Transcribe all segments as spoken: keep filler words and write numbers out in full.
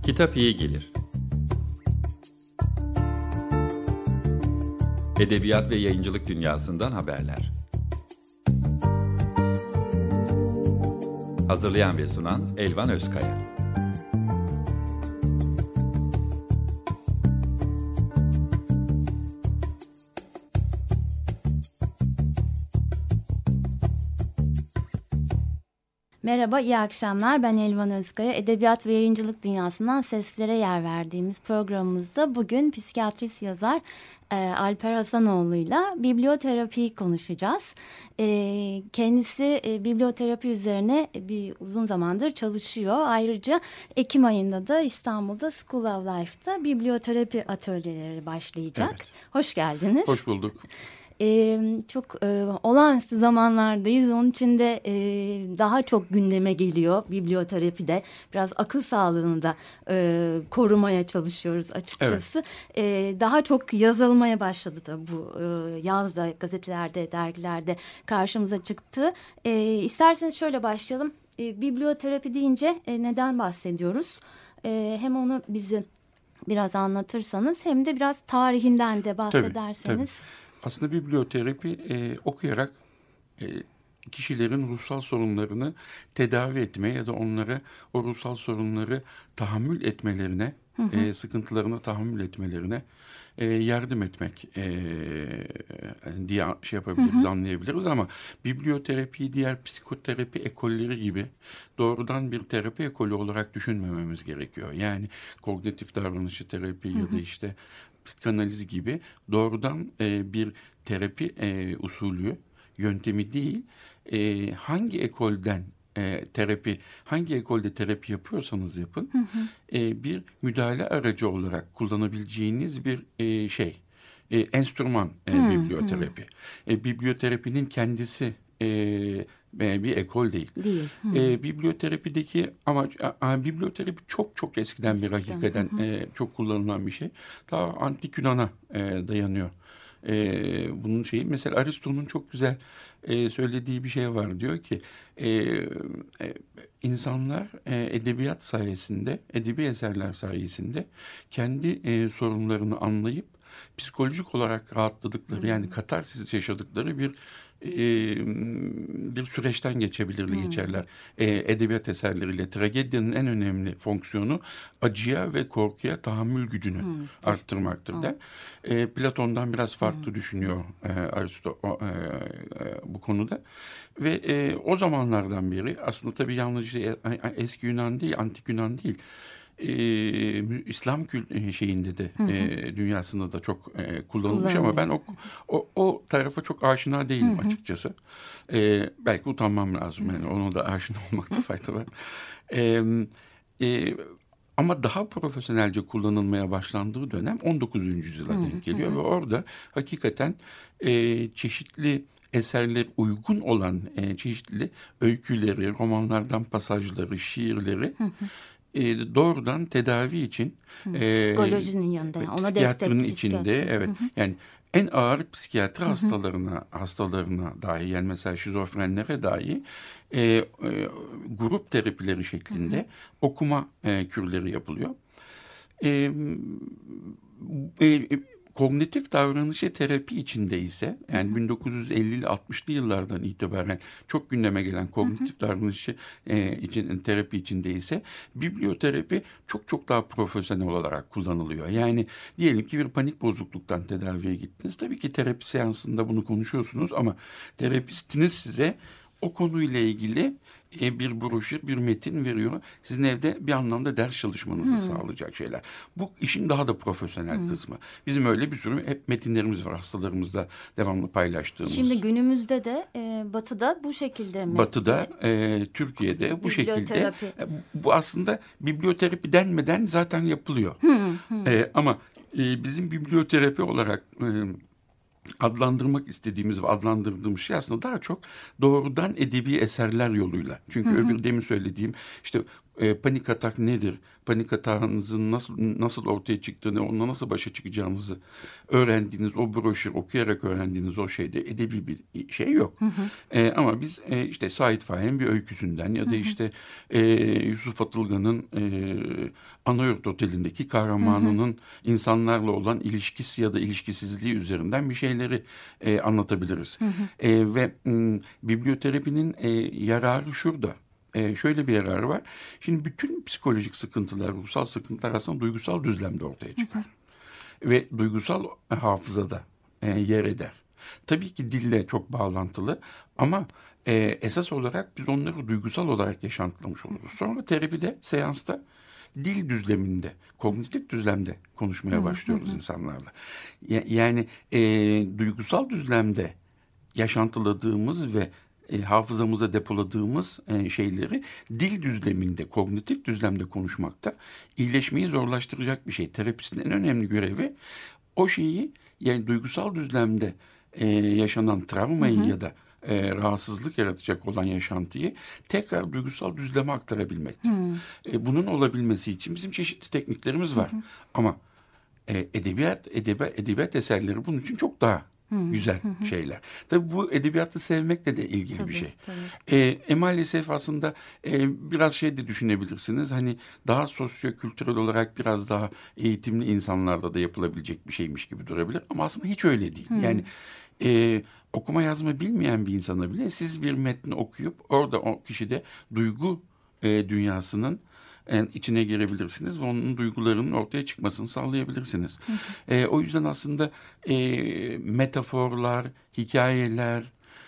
Kitap iyi gelir. Edebiyat ve yayıncılık dünyasından haberler. Hazırlayan ve sunan Elvan Özkaya. Merhaba, iyi akşamlar. Ben Elvan Özkaya. Edebiyat ve yayıncılık dünyasından seslere yer verdiğimiz programımızda bugün psikiyatrist yazar e, Alper Hasanoğlu'yla biblioterapiyi konuşacağız. E, kendisi e, biblioterapi üzerine bir uzun zamandır çalışıyor. Ayrıca Ekim ayında da İstanbul'da School of Life'da biblioterapi atölyeleri başlayacak. Evet. Hoş geldiniz. Hoş bulduk. Ee, çok e, olağanüstü zamanlardayız. Onun için de e, daha çok gündeme geliyor biblioterapide. Biraz akıl sağlığını da e, korumaya çalışıyoruz açıkçası. Evet. E, daha çok yazılmaya başladı da bu e, yazda gazetelerde, dergilerde karşımıza çıktı. E, isterseniz şöyle başlayalım. E, biblioterapi deyince e, neden bahsediyoruz? E, hem onu bizi biraz anlatırsanız hem de biraz tarihinden de bahsederseniz. Tabii, tabii. Aslında biblioterapi e, okuyarak e, kişilerin ruhsal sorunlarını tedavi etmeye ya da onlara o ruhsal sorunları tahammül etmelerine, hı hı. E, sıkıntılarına tahammül etmelerine e, yardım etmek e, diye şey yapabiliriz, hı hı. anlayabiliriz. Ama biblioterapiyi diğer psikoterapi ekolleri gibi doğrudan bir terapi ekolü olarak düşünmememiz gerekiyor. Yani kognitif davranışçı terapi, hı hı. ya da işte psikanaliz gibi doğrudan e, bir terapi e, usulü, yöntemi değil, e, hangi ekolden e, terapi, hangi ekolde terapi yapıyorsanız yapın, hı hı. E, bir müdahale aracı olarak kullanabileceğiniz bir e, şey, e, enstrüman e, hı, biblioterapi. Hı. E, biblioterapinin kendisi e, bir ekol değil. Değil. E, biblioterapideki amaç, a, a, biblioterapi çok çok eskiden, eskiden. bir hakikaten e, çok kullanılan bir şey. Daha antik Yunan'a e, dayanıyor. E, bunun şeyi mesela Aristo'nun çok güzel e, söylediği bir şey var. Diyor ki e, e, insanlar e, edebiyat sayesinde, edebi eserler sayesinde kendi e, sorunlarını anlayıp psikolojik olarak rahatladıkları, hmm. yani katarsis yaşadıkları bir e, bir süreçten geçebilirler, hmm. geçerler. E, edebiyat eserleriyle tragedyanın en önemli fonksiyonu acıya ve korkuya tahammül gücünü hmm. arttırmaktır hmm. der. E, Platon'dan biraz farklı hmm. düşünüyor e, Aristo o, e, e, bu konuda. Ve e, o zamanlardan beri aslında tabii yalnızca eski Yunan değil, antik Yunan değil, Ee, İslam kült şeyinde de hı hı. E, dünyasında da çok e, kullanılmış ama ben o, o o tarafa çok aşina değilim, hı hı. açıkçası. E, belki utanmam lazım, yani ona da aşina olmakta fayda var. E, e, ama daha profesyonelce kullanılmaya başlandığı dönem on dokuzuncu yüzyıla hı hı. denk geliyor, hı hı. ve orada hakikaten e, çeşitli eserler uygun olan e, çeşitli öyküleri, romanlardan pasajları, şiirleri hı hı. E, doğrudan tedavi için Hı, e, psikolojinin yanında, yani ona psikiyatrının içinde, evet, hı hı. yani en ağır psikiyatri hı hı. hastalarına hastalarına dahi, yani mesela şizofrenlere dahi e, e, grup terapileri şeklinde hı hı. okuma e, kürleri yapılıyor. E, e, Kognitif davranışı terapi içinde ise, yani hı hı. bin dokuz yüz ellili altmışlı yıllardan itibaren çok gündeme gelen kognitif hı hı. davranışı e, için, terapi içinde ise biblioterapi çok çok daha profesyonel olarak kullanılıyor. Yani diyelim ki bir panik bozukluktan tedaviye gittiniz. Tabii ki terapi seansında bunu konuşuyorsunuz ama terapistiniz size o konuyla ilgili bir broşür, bir metin veriyor. Sizin evde bir anlamda ders çalışmanızı hmm. sağlayacak şeyler. Bu işin daha da profesyonel hmm. kısmı. Bizim öyle bir sürü hep metinlerimiz var hastalarımızla devamlı paylaştığımız. Şimdi günümüzde de e, Batı'da bu şekilde mi? Batı'da, e, Türkiye'de bu şekilde. E, bu aslında biblioterapi denmeden zaten yapılıyor. Hmm. Hmm. E, ama e, bizim biblioterapi olarak E, adlandırmak istediğimiz ve adlandırdığımız şey aslında daha çok doğrudan edebi eserler yoluyla. Çünkü hı hı. öbür demin söylediğim işte e, panik atak nedir? Panik atağınızın nasıl nasıl ortaya çıktığını, onunla nasıl başa çıkacağınızı öğrendiğiniz o broşür, okuyarak öğrendiğiniz o şeyde edebi bir şey yok. Hı hı. E, ama biz e, işte Sait Faik'in bir öyküsünden ya da hı hı. işte e, Yusuf Atılgan'ın e, Anayurt Oteli'ndeki kahramanının hı hı. insanlarla olan ilişkisi ya da ilişkisizliği üzerinden bir şeyleri e, anlatabiliriz. Hı hı. E, ve m, biblioterapinin e, yararı şurada. Ee, şöyle bir yararı var. Şimdi bütün psikolojik sıkıntılar, ruhsal sıkıntılar aslında duygusal düzlemde ortaya çıkar. Hı hı. Ve duygusal hafızada e, yer eder. Tabii ki dille çok bağlantılı ama e, esas olarak biz onları duygusal olarak yaşantılamış oluruz. Sonra terapide, seansta dil düzleminde, kognitif düzlemde konuşmaya başlıyoruz hı hı. insanlarla. Ya, yani e, duygusal düzlemde yaşantıladığımız ve E, hafızamıza depoladığımız e, şeyleri dil düzleminde, kognitif düzlemde konuşmakta iyileşmeyi zorlaştıracak bir şey. Terapistin en önemli görevi o şeyi, yani duygusal düzlemde e, yaşanan travmayı hı hı. ya da e, rahatsızlık yaratacak olan yaşantıyı tekrar duygusal düzleme aktarabilmektir. E, bunun olabilmesi için bizim çeşitli tekniklerimiz var. Hı hı. Ama e, edebiyat, edebiyat, edebiyat eserleri bunun için çok daha Hmm, güzel hı hı. şeyler. Tabii bu edebiyatı sevmekle de ilgili tabii, bir şey. E, e, maalesef aslında e, biraz şey de düşünebilirsiniz. Hani daha sosyo-kültürel olarak biraz daha eğitimli insanlarda da yapılabilecek bir şeymiş gibi durabilir. Ama aslında hiç öyle değil. Hmm. Yani e, okuma yazma bilmeyen bir insana bile siz bir metni okuyup orada o kişide duygu e, dünyasının yani içine girebilirsiniz ve onun duygularının ortaya çıkmasını sağlayabilirsiniz. Hı hı. E, o yüzden aslında e, metaforlar, hikayeler,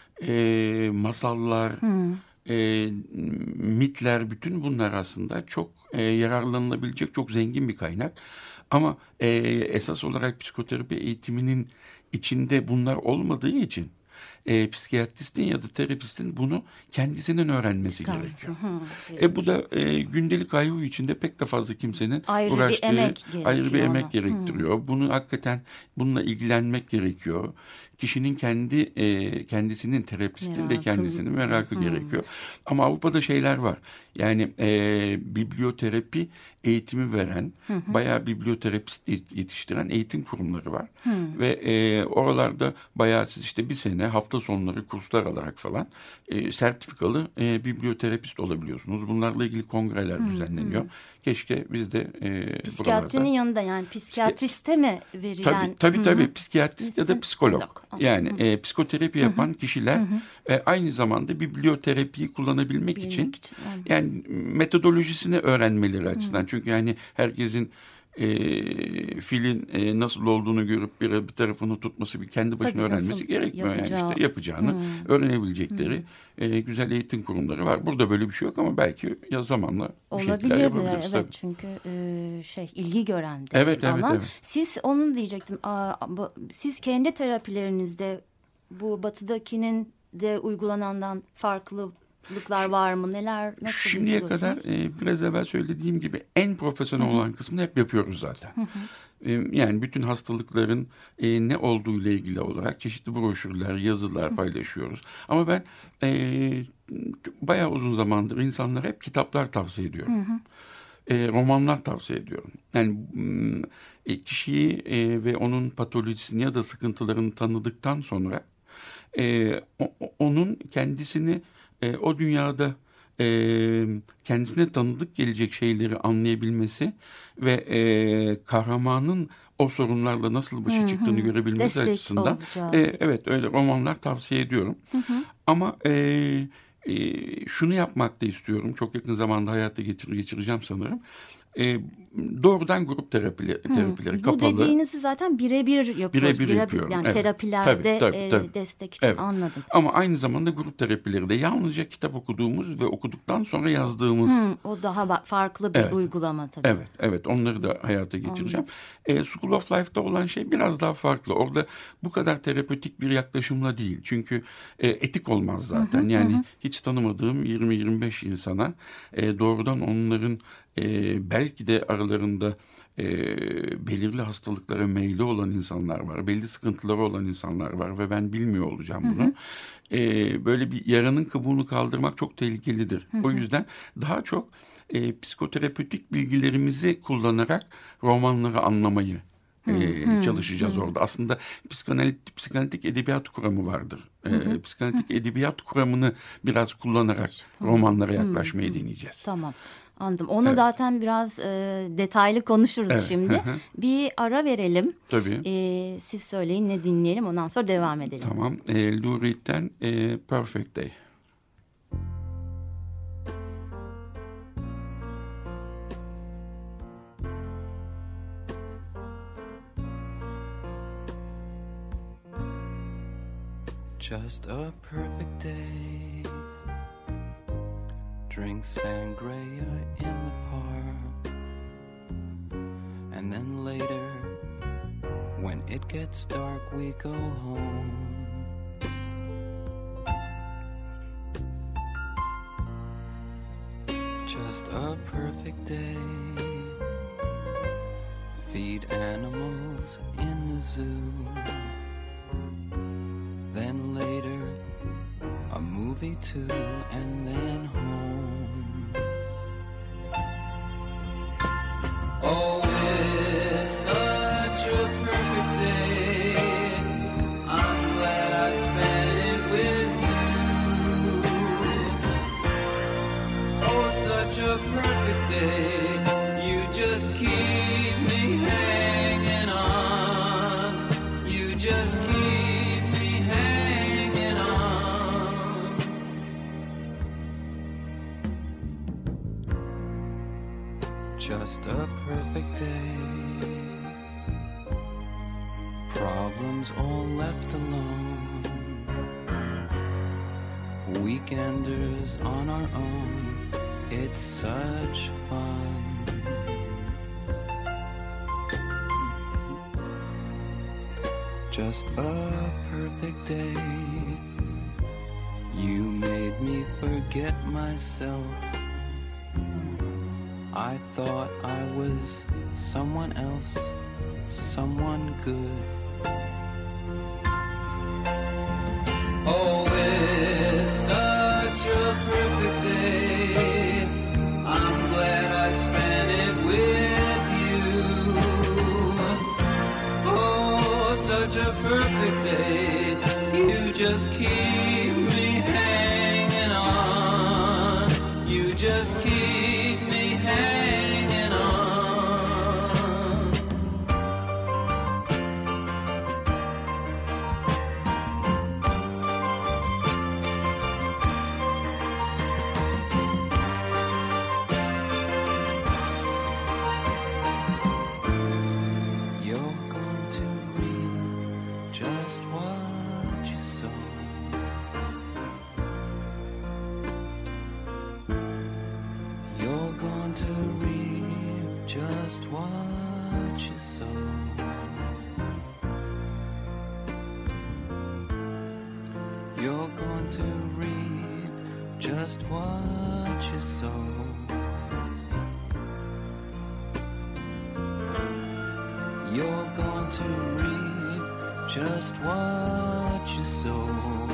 e, masallar, hı. E, mitler, bütün bunlar aslında çok e, yararlanılabilecek çok zengin bir kaynak. Ama e, esas olarak psikoterapi eğitiminin içinde bunlar olmadığı için E, psikiyatristin ya da terapistin bunu kendisinin öğrenmesi Çıkarması. gerekiyor. Hı, e, bu da e, gündelik hayatı içinde pek de fazla kimsenin ayrı uğraştığı, bir emek ayrı bir emek ona. gerektiriyor. Hı. Bunu hakikaten bununla ilgilenmek gerekiyor. Kişinin kendi e, kendisinin terapistin Merakın. de kendisinin merakı Hı. gerekiyor. Ama Avrupa'da şeyler var. Yani e, biblioterapi eğitimi veren, hı hı. bayağı biblioterapist yetiştiren eğitim kurumları var. Hı. Ve e, oralarda bayağı siz işte bir sene hafta sonları kurslar alarak falan e, sertifikalı e, biblioterapist olabiliyorsunuz. Bunlarla ilgili kongreler hı. düzenleniyor. Hı. Keşke biz de e, psikiyatrinin buralarda, yanında yani psikiyatriste mi verilen? Tabii tabii, hı-hı. tabii psikiyatrist ya da psikolog. Yani e, psikoterapi yapan hı-hı. kişiler e, aynı zamanda biblioterapiyi kullanabilmek Bilmek için, için yani metodolojisini öğrenmeleri açısından. Hı-hı. Çünkü yani herkesin e, filin e, nasıl olduğunu görüp bir, bir tarafını tutması, bir kendi başına Tabii, öğrenmesi gerekmiyor. Yapacağı. Yani işte yapacağını hmm. öğrenebilecekleri hmm. e, güzel eğitim kurumları var. Burada böyle bir şey yok ama belki ya zamanla bir şeyler yapabiliriz. Evet tabii. Çünkü e, şey ilgi gören de evet, bir evet, alan. Evet. Siz onu diyecektim. Aa, bu, siz kendi terapilerinizde bu batıdakinin de uygulanandan farklı Lıklar var mı? Neler? Nasıl Şimdiye kadar e, biraz evvel söylediğim gibi en profesyonel Hı-hı. olan kısmını hep yapıyoruz zaten. E, yani bütün hastalıkların e, ne olduğu ile ilgili olarak çeşitli broşürler, yazılar Hı-hı. paylaşıyoruz. Ama ben e, bayağı uzun zamandır insanlara hep kitaplar tavsiye ediyorum. E, romanlar tavsiye ediyorum. Yani e, kişiyi e, ve onun patolojisini ya da sıkıntılarını tanıdıktan sonra e, o, onun kendisini E, o dünyada e, kendisine tanıdık gelecek şeyleri anlayabilmesi ve e, kahramanın o sorunlarla nasıl başa çıktığını hı hı. görebilmesi Destek açısından e, evet öyle romanlar tavsiye ediyorum. Hı hı. Ama e, e, şunu yapmak da istiyorum. Çok yakın zamanda hayata getir, geçireceğim sanırım. E, doğrudan grup terapileri, terapileri Bu kapalı. Bu dediğinizi zaten birebir yapıyoruz. Birebir bire yapıyorum. Yani evet. terapilerde tabii, tabii, tabii. E, destek için evet. anladım. Ama aynı zamanda grup terapileri de yalnızca kitap okuduğumuz ve okuduktan sonra yazdığımız. Hı, o daha farklı bir evet. uygulama tabii. Evet, evet. Onları da hayata geçireceğim. E, School of Life'da olan şey biraz daha farklı. Orada bu kadar terapötik bir yaklaşımla değil. Çünkü e, etik olmaz zaten. Hı hı, yani hı. hiç tanımadığım yirmi yirmi beş insana e, doğrudan onların e, belki de aralarında e, belirli hastalıklara meyilli olan insanlar var. Belli sıkıntıları olan insanlar var ve ben bilmiyor olacağım bunu. Hı hı. E, böyle bir yaranın kabuğunu kaldırmak çok tehlikelidir. Hı hı. O yüzden daha çok e, psikoterapötik bilgilerimizi kullanarak romanları anlamayı Ee, hmm, çalışacağız hmm. orada. Aslında psikanalitik, psikanalitik edebiyat kuramı vardır. Ee, hmm. Psikanalitik hmm. edebiyat kuramını biraz kullanarak hmm. romanlara yaklaşmayı hmm. deneyeceğiz. Tamam, anladım. Onu evet. zaten biraz e, detaylı konuşuruz evet. şimdi. Bir ara verelim. Tabii. E, siz söyleyin, ne dinleyelim, ondan sonra devam edelim. Tamam. E, Lou Reed'den e, Perfect Day. Just a perfect day. Drink sangria in the park. And then later, when it gets dark, we go home. Just a perfect day. Feed animals in the zoo. Then later, a movie too, and then home. Oh, it's such a perfect day. I'm glad I spent it with you. Oh, such a perfect day. You just keep me hanging on. You just keep just a perfect day. Problems all left alone. Weekenders on our own. It's such fun. Just a perfect day. You made me forget myself. I thought I was someone else, someone good. Oh, it's such a perfect day. I'm glad I spent it with you. Oh, such a perfect day. You just keep me hanging on. You just keep me hanging on. You're going to reap just what you sow. You're going to reap just what you sow. You're going to reap just what you sow. You're going to reap just what you sow.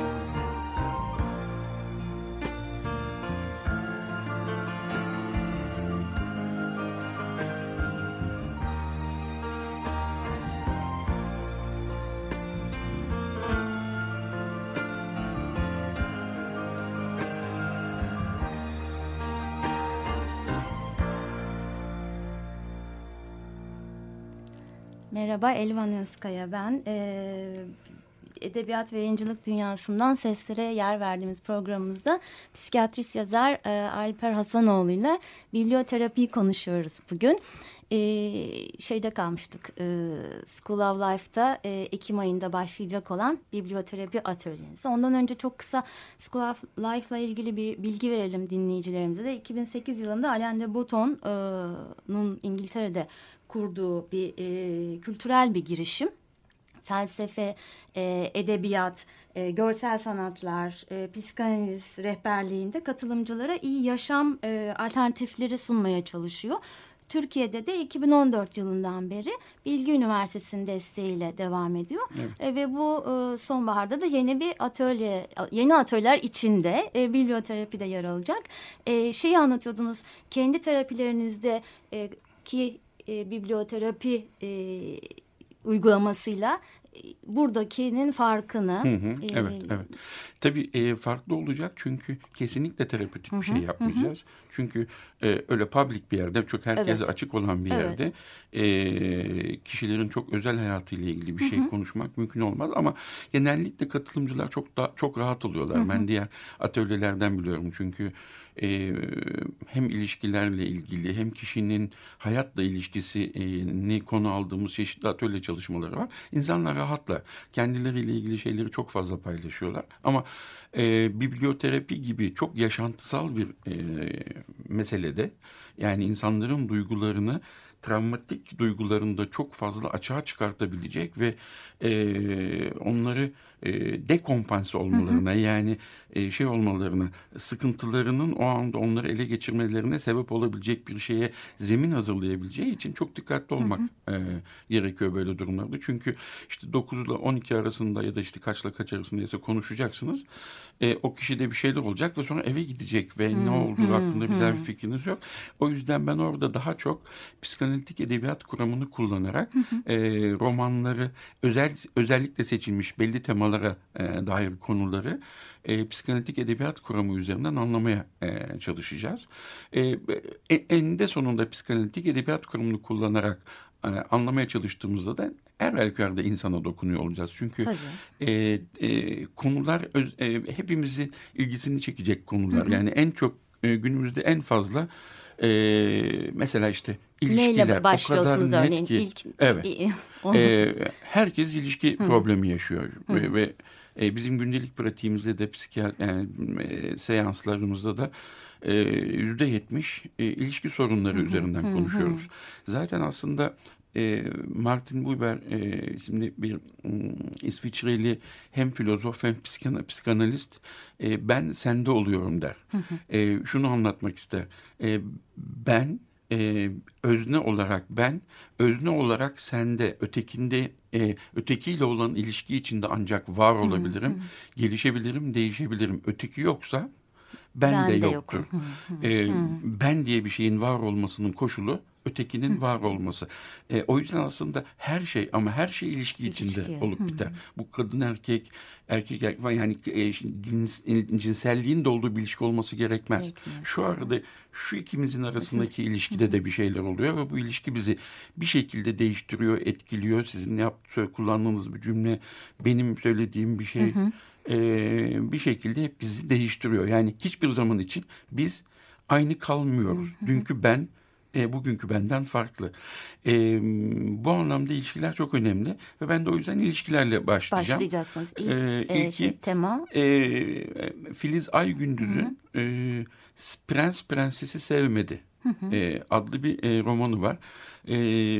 Merhaba, Elvan Özkaya ben. Ee, edebiyat ve yayıncılık dünyasından seslere yer verdiğimiz programımızda psikiyatrist yazar e, Alper Hasanoğlu'yla biblioterapiyi konuşuyoruz bugün. Ee, şeyde kalmıştık, e, School of Life'da e, Ekim ayında başlayacak olan biblioterapi atölyesi. Ondan önce çok kısa School of Life'la ilgili bir bilgi verelim dinleyicilerimize de. iki bin sekiz yılında Alain de Botton'un İngiltere'de kurduğu bir e, kültürel bir girişim. Felsefe, e, edebiyat, e, görsel sanatlar, e, psikanaliz rehberliğinde katılımcılara iyi yaşam e, alternatifleri sunmaya çalışıyor. Türkiye'de de iki bin on dört yılından beri Bilgi Üniversitesi'nin desteğiyle devam ediyor. Evet. E, ve bu e, sonbaharda da yeni bir atölye, yeni atölyeler içinde e, biblioterapi de yer alacak. E, şeyi anlatıyordunuz, kendi terapilerinizde e, ki e, biblioterapi e, uygulamasıyla buradakinin farkını. Hı hı, e, evet, evet. Tabii e, farklı olacak çünkü kesinlikle terapötik hı hı, bir şey yapmayacağız. Hı. Çünkü e, öyle public bir yerde, çok herkese evet. açık olan bir evet. yerde e, kişilerin çok özel hayatıyla ilgili bir şey hı hı. konuşmak mümkün olmaz. Ama genellikle katılımcılar çok da çok rahat oluyorlar. Hı hı. Ben diğer atölyelerden biliyorum çünkü e, hem ilişkilerle ilgili hem kişinin hayatla ilişkisini konu aldığımız çeşitli atölye çalışmaları var. İnsanlar rahatla kendileriyle ilgili şeyleri çok fazla paylaşıyorlar. Ama e, biblioterapi gibi çok yaşantısal bir e, meselede, yani insanların duygularını, travmatik duygularını da çok fazla açığa çıkartabilecek ve e, onları e, dekompanse olmalarına, hı hı. yani e, şey olmalarına, sıkıntılarının o anda onları ele geçirmelerine sebep olabilecek bir şeye zemin hazırlayabileceği için çok dikkatli olmak hı hı. E, gerekiyor böyle durumlarda. Çünkü işte dokuz ile on iki arasında ya da işte kaçla kaç arasındaysa konuşacaksınız. E, o kişide bir şeyler olacak ve sonra eve gidecek ve hmm, ne olduğu hmm, hakkında bir daha bir fikriniz yok. O yüzden ben orada daha çok psikanalitik edebiyat kuramını kullanarak e, romanları, özel özellikle seçilmiş belli temalara e, dair konuları e, psikanalitik edebiyat kuramı üzerinden anlamaya e, çalışacağız. E, eninde sonunda psikanalitik edebiyat kuramını kullanarak e, anlamaya çalıştığımızda da her halükarda insana dokunuyor olacağız. Çünkü e, e, konular öz, e, hepimizin ilgisini çekecek konular. Hı hı. Yani en çok e, günümüzde en fazla e, mesela işte ilişkiler. Neyle başlıyorsunuz o kadar örneğin? net ki, İlk, evet. e, herkes ilişki hı. problemi yaşıyor. Hı. Ve, ve e, bizim gündelik pratiğimizde de psikiyat, yani, e, seanslarımızda da yüzde yetmiş e, ilişki sorunları hı hı. üzerinden hı hı. konuşuyoruz. Zaten aslında E, Martin Buber e, isimli bir um, İsviçreli hem filozof hem psikan- psikanalist e, ben sende oluyorum der. Hı hı. E, şunu anlatmak ister. E, ben e, özne olarak ben, özne olarak sende, ötekinde e, ötekiyle olan ilişki içinde ancak var olabilirim, hı hı. gelişebilirim, değişebilirim. Öteki yoksa ben, ben de, de yoktur. Hı hı. E, hı. Ben diye bir şeyin var olmasının koşulu ötekinin var olması. E, o yüzden aslında her şey, ama her şey ilişki, ilişki. içinde olup hmm. biter. Bu kadın erkek, erkek erkek yani e, cins, cinselliğin de olduğu bir ilişki olması gerekmez. Gerekmez. Şu arada şu ikimizin arasındaki Aslında. ilişkide de bir şeyler oluyor ve bu ilişki bizi bir şekilde değiştiriyor, etkiliyor. Sizin yaptığı, kullandığınız bir cümle, benim söylediğim bir şey hı hı. E, bir şekilde hep bizi değiştiriyor. Yani hiçbir zaman için biz aynı kalmıyoruz. Hı hı. Dünkü ben E, bugünkü benden farklı. E, bu anlamda ilişkiler çok önemli ve ben de o yüzden ilişkilerle başlayacağım. Başlayacaksınız. İlk, e, e, şey, tema? E, Filiz Aygündüz'ün e, Prens Prensesi Sevmedi hı hı. E, adlı bir e, romanı var. E,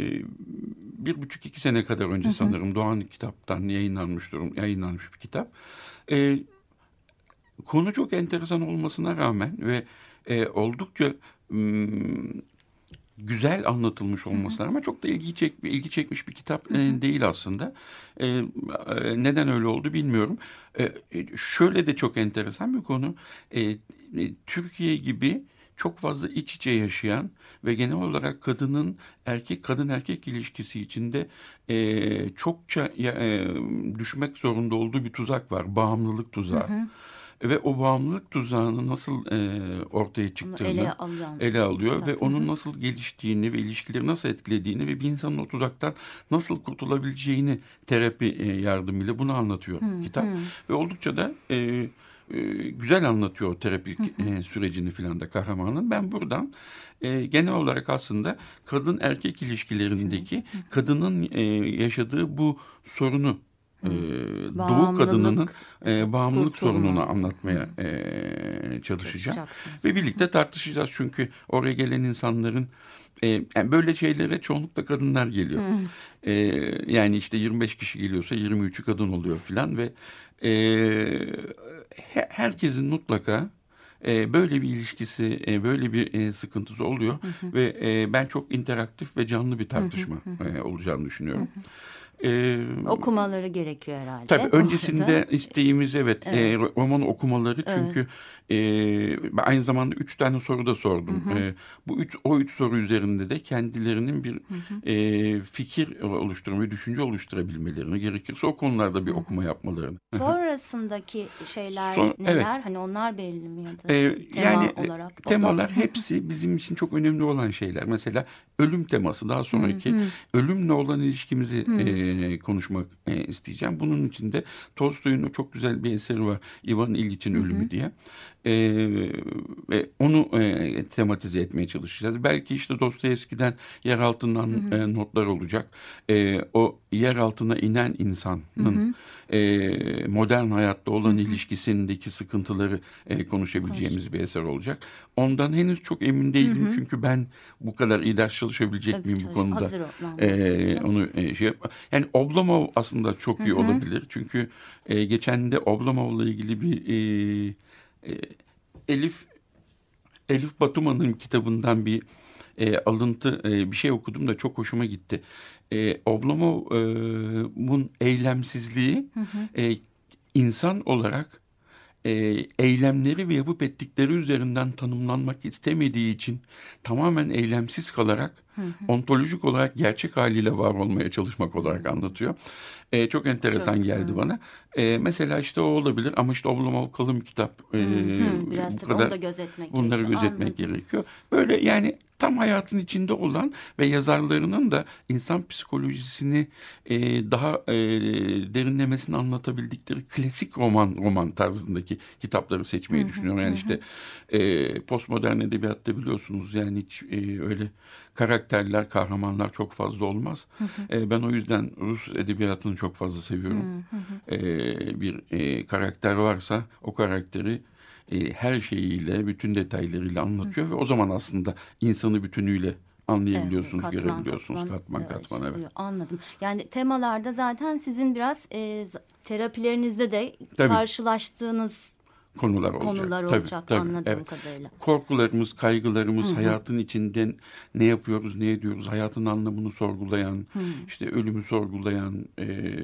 bir buçuk iki sene kadar önce hı hı. sanırım Doğan Kitap'tan yayınlanmış durum, yayınlanmış bir kitap. E, konu çok enteresan olmasına rağmen ve e, oldukça m, güzel anlatılmış olmasına ama çok da ilgi çek ilgi çekmiş bir kitap e, değil aslında. E, e, neden öyle oldu bilmiyorum. E, şöyle de çok enteresan bir konu. E, e, Türkiye gibi çok fazla iç içe yaşayan ve genel olarak kadının erkek kadın erkek ilişkisi içinde e, çokça e, düşmek zorunda olduğu bir tuzak var. Bağımlılık tuzağı. Hı hı. Ve o bağımlılık tuzağını nasıl e, ortaya çıktığını ele, alıyan, ele alıyor kitap. Ve onun nasıl geliştiğini ve ilişkileri nasıl etkilediğini ve bir insanın o tuzaktan nasıl kurtulabileceğini terapi e, yardımıyla bunu anlatıyor hı, kitap. Hı. Ve oldukça da e, e, güzel anlatıyor o terapi hı hı. E, sürecini filan da kahramanın. Ben buradan e, genel olarak aslında kadın erkek ilişkilerindeki hı hı. kadının e, yaşadığı bu sorunu, Ee, Doğu kadınının e, bağımlılık sorununu anlatmaya e, çalışacağım ve birlikte tartışacağız çünkü oraya gelen insanların e, yani böyle şeylere çoğunlukla kadınlar geliyor. E, yani işte yirmi beş kişi geliyorsa yirmi üçü kadın oluyor filan ve e, herkesin mutlaka E, böyle bir ilişkisi, e, böyle bir e, sıkıntısı oluyor. Hı hı. Ve e, ben çok interaktif ve canlı bir tartışma hı hı. E, olacağını düşünüyorum. Hı hı. Ee, okumaları gerekiyor herhalde. Tabii öncesinde isteğimiz evet, evet. E, romanı okumaları çünkü evet. e, aynı zamanda üç tane soru da sordum. Hı hı. E, bu üç o üç soru üzerinde de kendilerinin bir hı hı. E, fikir oluşturmayı, düşünce oluşturabilmelerini, gerekirse o konularda bir hı hı. okuma yapmalarını. Sonrasındaki şeyler Son, neler? Evet. Hani onlar belli mi ya da e, tema yani olarak? Temalar hepsi bizim için çok önemli olan şeyler. Mesela ölüm teması, daha sonraki hı hı. ölümle olan ilişkimizi hı. E, konuşmak e, isteyeceğim. Bunun için de Tolstoy'un çok güzel bir eseri var. İvan İlyiç'in Ölümü hı hı. diye. E, ve onu e, tematize etmeye çalışacağız. Belki işte Dostoyevski'den yer altından hı hı. E, notlar olacak. E, o yer altına inen insanın hı hı. E, modern hayatta olan hı hı. ilişkisindeki sıkıntıları e, konuşabileceğimiz Hoş. bir eser olacak. Ondan henüz çok emin değilim. Hı hı. Çünkü ben bu kadar iyi ders çalışabilecek Tabii miyim bu konuda? Hazır e, onu e, şey yap. Yani Oblomov aslında çok iyi hı hı. olabilir. Çünkü e, geçen de Oblomov'la ilgili bir e, e, Elif Elif Batuman'ın kitabından bir e, alıntı e, bir şey okudum da çok hoşuma gitti. E, Oblomov'un eylemsizliği hı hı. E, insan olarak e, eylemleri ve yapıp ettikleri üzerinden tanımlanmak istemediği için tamamen eylemsiz kalarak hı hı. ontolojik olarak gerçek haliyle var olmaya çalışmak olarak anlatıyor. E, çok enteresan çok, geldi hı. bana. E, mesela işte o olabilir ama işte Oblomov kalın bir kitap. E, hı hı. Biraz tabii onu da gözetmek bunları gerekiyor. gözetmek Anladım. gerekiyor. Böyle yani tam hayatın içinde olan ve yazarlarının da insan psikolojisini e, daha e, derinlemesine anlatabildikleri klasik roman roman tarzındaki kitapları seçmeyi hı hı. düşünüyorum. Yani hı hı. işte e, postmodern edebiyatta biliyorsunuz yani hiç e, öyle karakterler, kahramanlar çok fazla olmaz. Hı hı. E, ben o yüzden Rus edebiyatını çok fazla seviyorum. Hı hı. E, bir e, karakter varsa o karakteri e, her şeyiyle, bütün detaylarıyla anlatıyor hı. ve o zaman aslında insanı bütünüyle anlayabiliyorsunuz, evet, katman, görebiliyorsunuz. Katman katman. katman evet. evet. Anladım. Yani temalarda zaten sizin biraz e, terapilerinizde de Tabii. karşılaştığınız konular olacak. Konular olacak tabii, tabii, anladığım evet. kadarıyla. Korkularımız, kaygılarımız, hı hı. hayatın içinden ne yapıyoruz, ne ediyoruz, hayatın anlamını sorgulayan, hı. işte ölümü sorgulayan, e,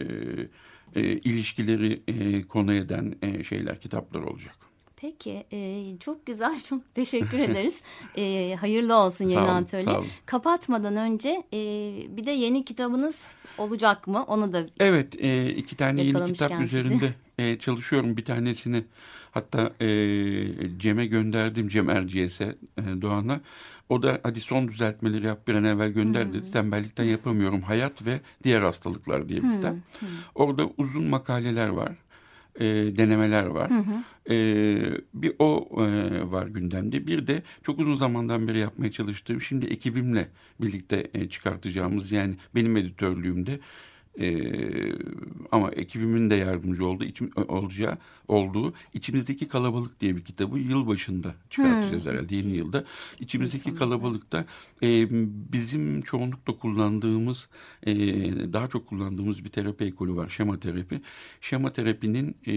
e, ilişkileri e, konu eden e, şeyler, kitaplar olacak. Peki, e, çok güzel, çok teşekkür ederiz. E, hayırlı olsun yeni olun, atölye. Kapatmadan önce e, bir de yeni kitabınız olacak mı? Onu da Evet, e, iki tane yeni kitap üzerinde e, çalışıyorum. Bir tanesini hatta e, Cem'e gönderdim, Cem Erciyes'e, e, Doğan'a. O da hadi son düzeltmeleri yap bir an evvel gönder hmm. dedi. Tembellikten yapamıyorum. Hayat ve Diğer Hastalıklar diye bir hmm. kitap. Hmm. Orada uzun makaleler var. E, denemeler var. Hı hı. E, bir o e, var gündemde. Bir de çok uzun zamandan beri yapmaya çalıştığım, şimdi ekibimle birlikte e, çıkartacağımız, yani benim editörlüğümde e, ama ekibimin de yardımcı olduğu, içim, olacağı, olduğu İçimizdeki Kalabalık diye bir kitabı yılbaşında çıkartacağız hmm. herhalde, yeni yılda. İçimizdeki Kesinlikle. Kalabalık'ta e, bizim çoğunlukla kullandığımız, e, daha çok kullandığımız bir terapi ekolü var, şema terapi. Şema terapinin e,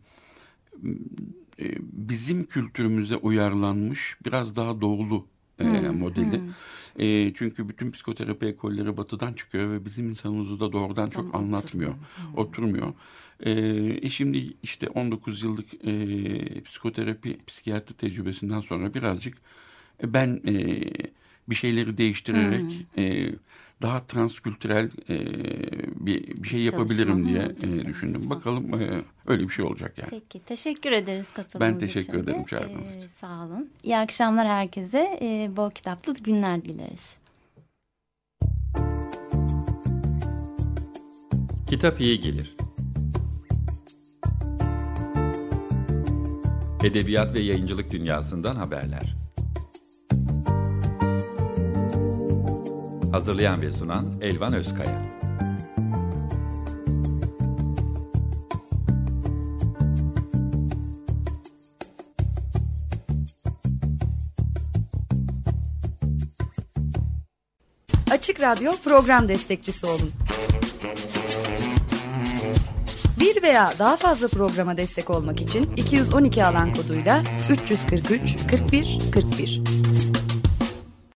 e, bizim kültürümüze uyarlanmış biraz daha doğulu e, hmm. modeli. Hmm. E, çünkü bütün psikoterapi ekolleri batıdan çıkıyor ve bizim insanımızı da doğrudan çok tamam, anlatmıyor, hmm. oturmuyor. E, şimdi işte on dokuz yıllık e, psikoterapi, psikiyatri tecrübesinden sonra birazcık e, ben e, bir şeyleri değiştirerek hmm. e, daha transkültürel e, bir bir şey yapabilirim Çalışma. diye e, düşündüm. Evet, Bakalım e, öyle bir şey olacak yani. Peki, teşekkür ederiz katıldığınız için. Ben teşekkür için ederim çağırdığınız ee, için. Sağ olun. İyi akşamlar herkese. Ee, bol kitaplı günler dileriz. Kitap iyi gelir. Edebiyat ve yayıncılık dünyasından haberler. Hazırlayan ve sunan Elvan Özkaya. Açık Radyo program destekçisi olun. Bir veya daha fazla programa destek olmak için iki yüz on iki alan koduyla üç yüz kırk üç kırk bir kırk bir.